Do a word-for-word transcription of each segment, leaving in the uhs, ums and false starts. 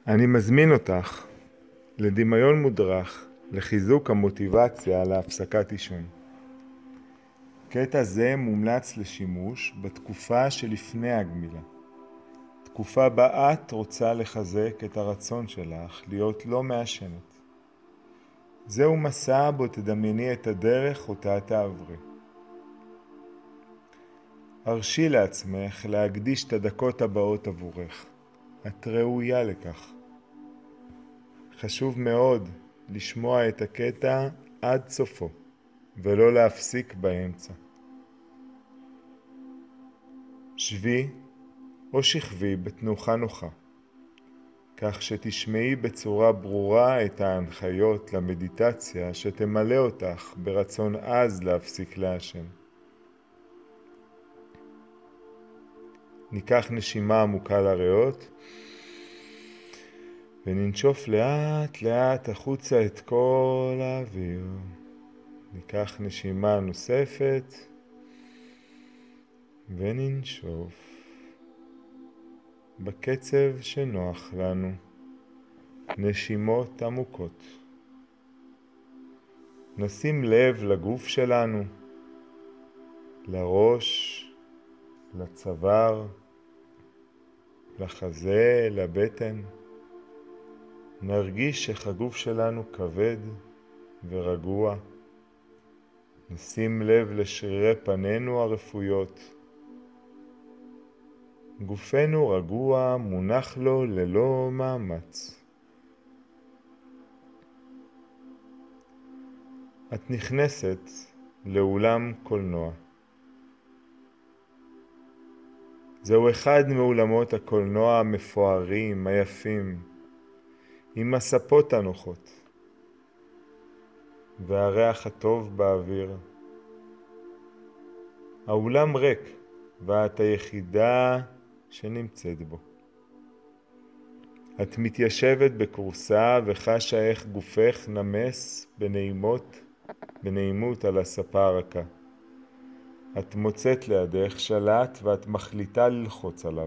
אני מזמין אותך לדמיון מודרך לחיזוק המוטיבציה להפסקת עישון. קטע זה מומלץ לשימוש בתקופה שלפני הגמילה. תקופה בה את רוצה לחזק את הרצון שלך להיות לא מעשנת. זהו מסע בו תדמייני את הדרך אותה תעברי. הרשי לעצמך להקדיש את הדקות הבאות עבורך. את ראויה לכך. חשוב מאוד לשמוע את הקטע עד סופו, ולא להפסיק באמצע. שבי או שכבי בתנוחה נוחה, כך שתשמעי בצורה ברורה את ההנחיות למדיטציה שתמלא אותך ברצון עז להפסיק לעשן. ניקח נשימה עמוקה לריאות, וננשוף לאט לאט החוצה את כל האוויר. ניקח נשימה נוספת וננשוף בקצב שנוח לנו. נשימות עמוקות. נשים לב לגוף שלנו, לראש, לצוואר, לחזה, לבטן. נרגיש איך הגוף שלנו כבד ורגוע. נשים לב לשרירי פנינו הרפויות. גופנו רגוע, מונח לו ללא מאמץ. את נכנסת לאולם קולנוע. זהו אחד מאולמות הקולנוע המפוארים, היפים, עם הספות הנוחות והריח הטוב באוויר. האולם ריק ואת היחידה שנמצאת בו. את מתיישבת בקורסה וחשה איך גופך נמס בנעימות, בנעימות על הספה הרכה. את מוצאת לידך שלט ואת מחליטה ללחוץ עליו.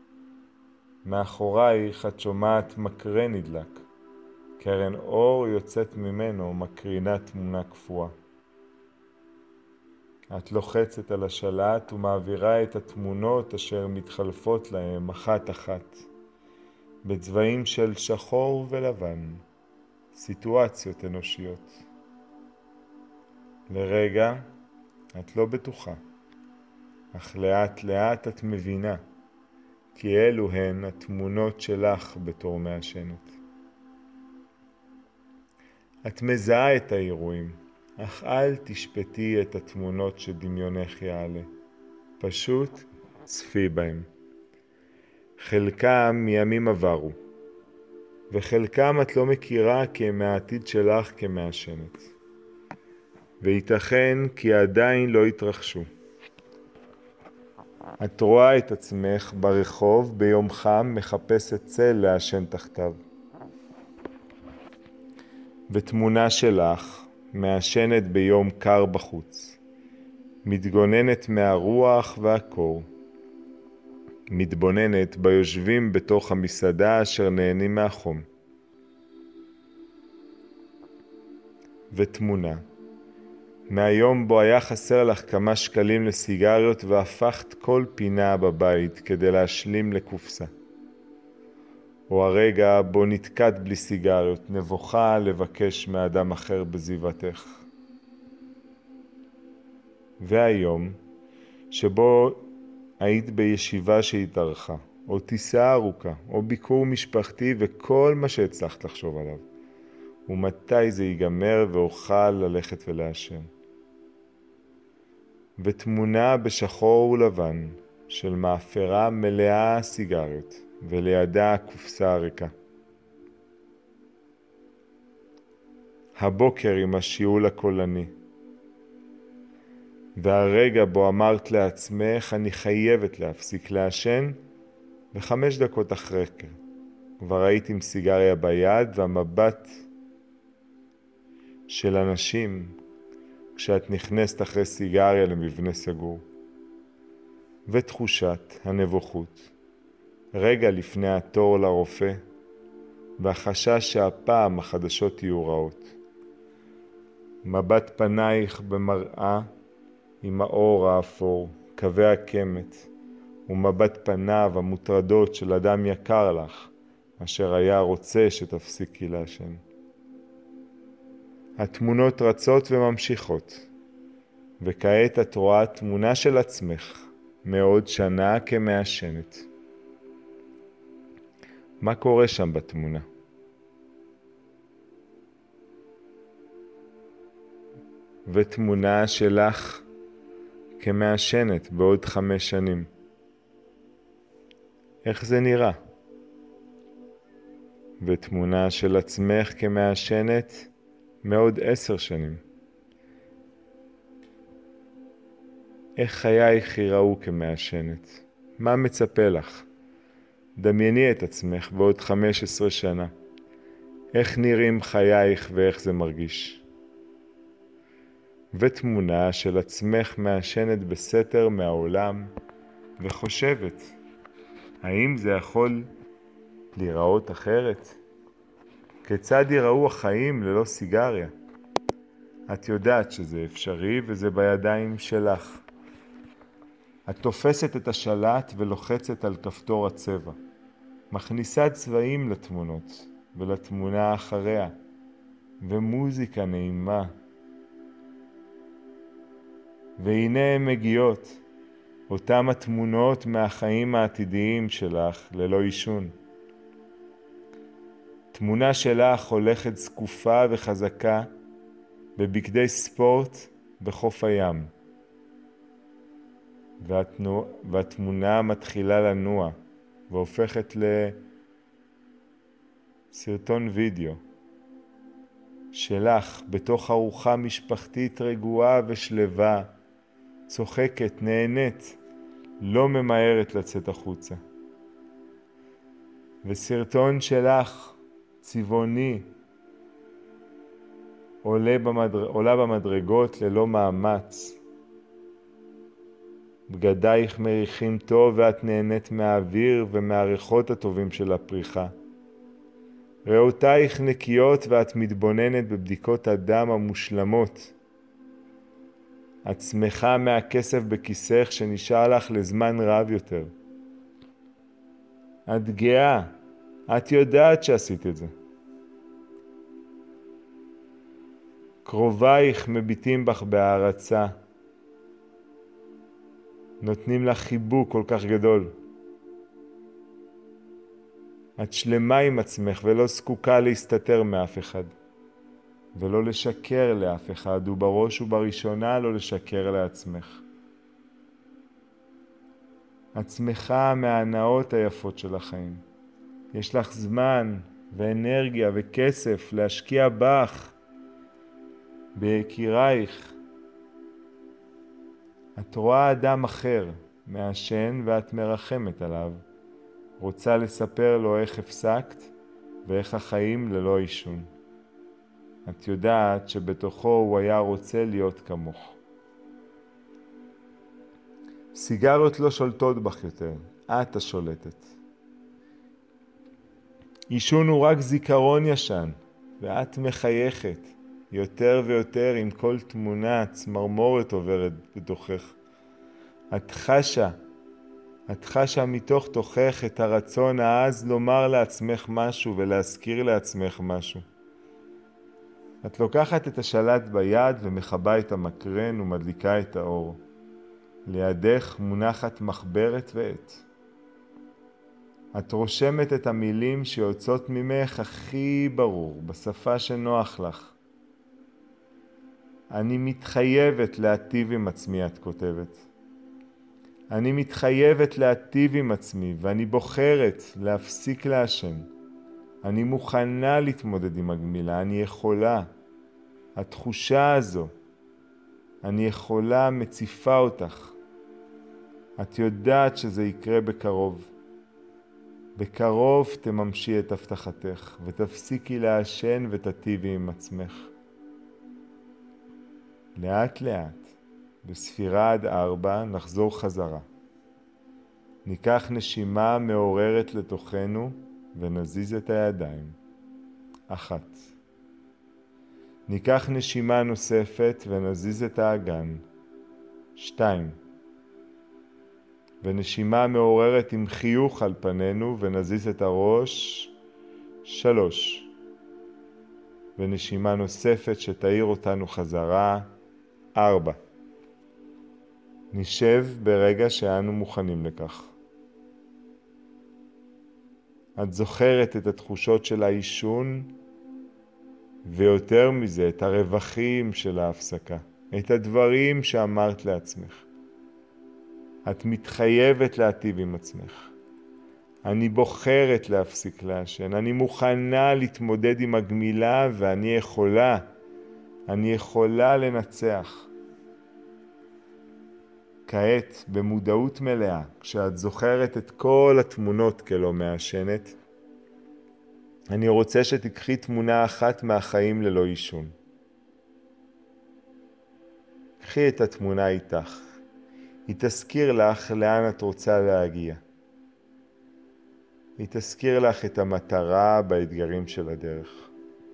מאחורייך את שומעת מקרה נדלק. קרן אור יוצאת ממנו מקרינה תמונה קפואה. את לוחצת על השלט ומעבירה את התמונות אשר מתחלפות להם אחת אחת, בצבעים של שחור ולבן, סיטואציות אנושיות. לרגע את לא בטוחה, אך לאט לאט את מבינה, כי אלו הן התמונות שלך בתור מעשנת. את מזהה את האירועים, אך אל תשפטי את התמונות שדמיונך יעלה. פשוט צפי בהם. חלקם מימים עברו, וחלקם את לא מכירה כי הם מהעתיד שלך כמעשנת. וייתכן כי עדיין לא התרחשו. את רואה את עצמך ברחוב ביום חם מחפשת צל לעשן תחתיו. ותמונה שלך מעשנת ביום קר בחוץ. מתגוננת מהרוח והקור. מתבוננת ביושבים בתוך המסעדה אשר נהנים מהחום. ותמונה מהיום בו היה חסר לך כמה שקלים לסיגריות והפכת כל פינה בבית כדי להשלים לקופסה. או הרגע בו נתקעת בלי סיגריות, נבוכה לבקש מאדם אחר בסביבתך. והיום שבו היית בישיבה שהתארכה, או טיסה ארוכה, או ביקור משפחתי וכל מה שהצלחת לחשוב עליו. ומתי זה ייגמר ואוכל ללכת ולעשן. ותמונה בשחור ולבן של מאפרה מלאה סיגריות, ולידה הקופסה הריקה. הבוקר עם השיעול הקולני. והרגע בו אמרת לעצמך, אני חייבת להפסיק לעשן, וחמש דקות אחרי כן כבר היית עם סיגריה ביד, והמבט של אנשים כשאת נכנסת אחרי סיגריה למבנה סגור. ותחושת הנבוכות רגע לפני התור לרופא, והחשש שהפעם החדשות יהיו רעות. מבט פנייך במראה עם האור האפור, קווי הקמת, ומבט פניו המוטרדות של אדם יקר לך, אשר היה רוצה שתפסיקי לעשן. התמונות רצות וממשיכות, וכעת את רואה תמונה של עצמך מעוד שנה כמעשנת. מה קורה שם בתמונה? ותמונה שלך כמעשנת בעוד חמש שנים. איך זה נראה? ותמונה של עצמך כמעשנת מעוד עשר שנים. איך חייך ייראו כמעשנת? מה מצפה לך? דמייני את עצמך בעוד חמש עשרה שנה. איך נראים חייך ואיך זה מרגיש? ותמונה של עצמך מעשנת בסתר מהעולם וחושבת, האם זה יכול להיראות אחרת? כיצד ייראו החיים ללא סיגריה? את יודעת שזה אפשרי וזה בידיים שלך. את תופסת את השלט ולוחצת על כפתור הצבע. מכניסה צבעים לתמונות ולתמונה אחריה, ומוזיקה נעימה. והנה הן מגיעות, אותם התמונות מהחיים העתידיים שלך ללא עישון. תמונה שלך הולכת זקופה וחזקה בבגדי ספורט בחוף הים. והתנו... והתמונה מתחילה לנוע והופכת לסרטון וידאו שלך בתוך ארוחה משפחתית רגועה ושלווה, צוחקת, נהנית, לא ממהרת לצאת החוצה. וסרטון שלך צבעוני עולה במדר... עולה במדרגות ללא מאמץ. בגדייך מריחים טוב ואת נהנית מהאוויר ומהריחות הטובים של הפריחה. ראותייך נקיות ואת מתבוננת בבדיקות הדם המושלמות. את שמחה מהכסף בכיסך שנשאר לך לזמן רב יותר. את גאה, את יודעת שעשית את זה. קרובייך מביטים בך בהערצה. נותנים לך חיבוק כל כך גדול. את שלמה עם עצמך ולא זקוקה להסתתר מאף אחד. ולא לשקר לאף אחד, ובראש ובראשונה לא לשקר לעצמך. את שמחה מההנאות היפות של החיים. יש לך זמן ואנרגיה וכסף להשקיע בך, ביקירייך. את רואה אדם אחר מעשן ואת מרחמת עליו. רוצה לספר לו איך הפסקת ואיך החיים ללא עישון. את יודעת שבתוכו הוא היה רוצה להיות כמוך. סיגריות לא שולטות בך יותר, את השולטת. עישון הוא רק זיכרון ישן, ואת מחייכת יותר ויותר עם כל תמונה, צמרמורת עוברת בתוכך. את חשה, את חשה מתוך תוכך את הרצון העז לומר לעצמך משהו ולהזכיר לעצמך משהו. את לוקחת את השלט ביד ומחבה את המקרן ומדליקה את האור. לידך מונחת מחברת ועט. את רושמת את המילים שיוצאות ממך הכי ברור, בשפה שנוח לך. אני מתחייבת להטיב עם עצמי, את כותבת. אני מתחייבת להטיב עם עצמי ואני בוחרת להפסיק לעשן. אני מוכנה להתמודד עם הגמילה, אני יכולה. התחושה הזו, אני יכולה, מציפה אותך. את יודעת שזה יקרה בקרוב. בקרוב תממשי את הבטחתך ותפסיקי לעשן ותטיבי עם עצמך. לאט לאט, בספירה עד ארבע, נחזור חזרה. ניקח נשימה מעוררת לתוכנו ונזיז את הידיים. אחת. ניקח נשימה נוספת ונזיז את האגן. שתיים. ונשימה מעוררת עם חיוך על פנינו ונזיז את הראש. שלוש. ונשימה נוספת שתאיר אותנו חזרה. ארבע. נשב ברגע שאנו מוכנים לכך. את זוכרת את התחושות של העישון, ויותר מזה את הרווחים של ההפסקה, את הדברים שאמרת לעצמך. את מתחייבת להטיב עם עצמך. אני בוחרת להפסיק לעשן, אני מוכנה להתמודד עם הגמילה ואני יכולה, אני יכולה לנצח. כעת, במודעות מלאה, כשאת זוכרת את כל התמונות כלא מעשנת, אני רוצה שתקחי תמונה אחת מהחיים ללא עישון. קחי את התמונה איתך. היא תזכיר לך לאן את רוצה להגיע. היא תזכיר לך את המטרה באתגרים של הדרך.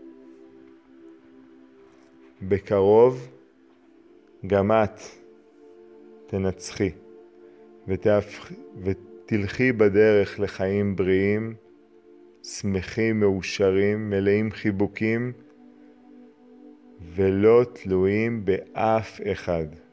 בקרוב גם את תנצחי ותהפכ... ותלכי בדרך לחיים בריאים, שמחים, מאושרים, מלאים חיבוקים ולא תלויים באף אחד.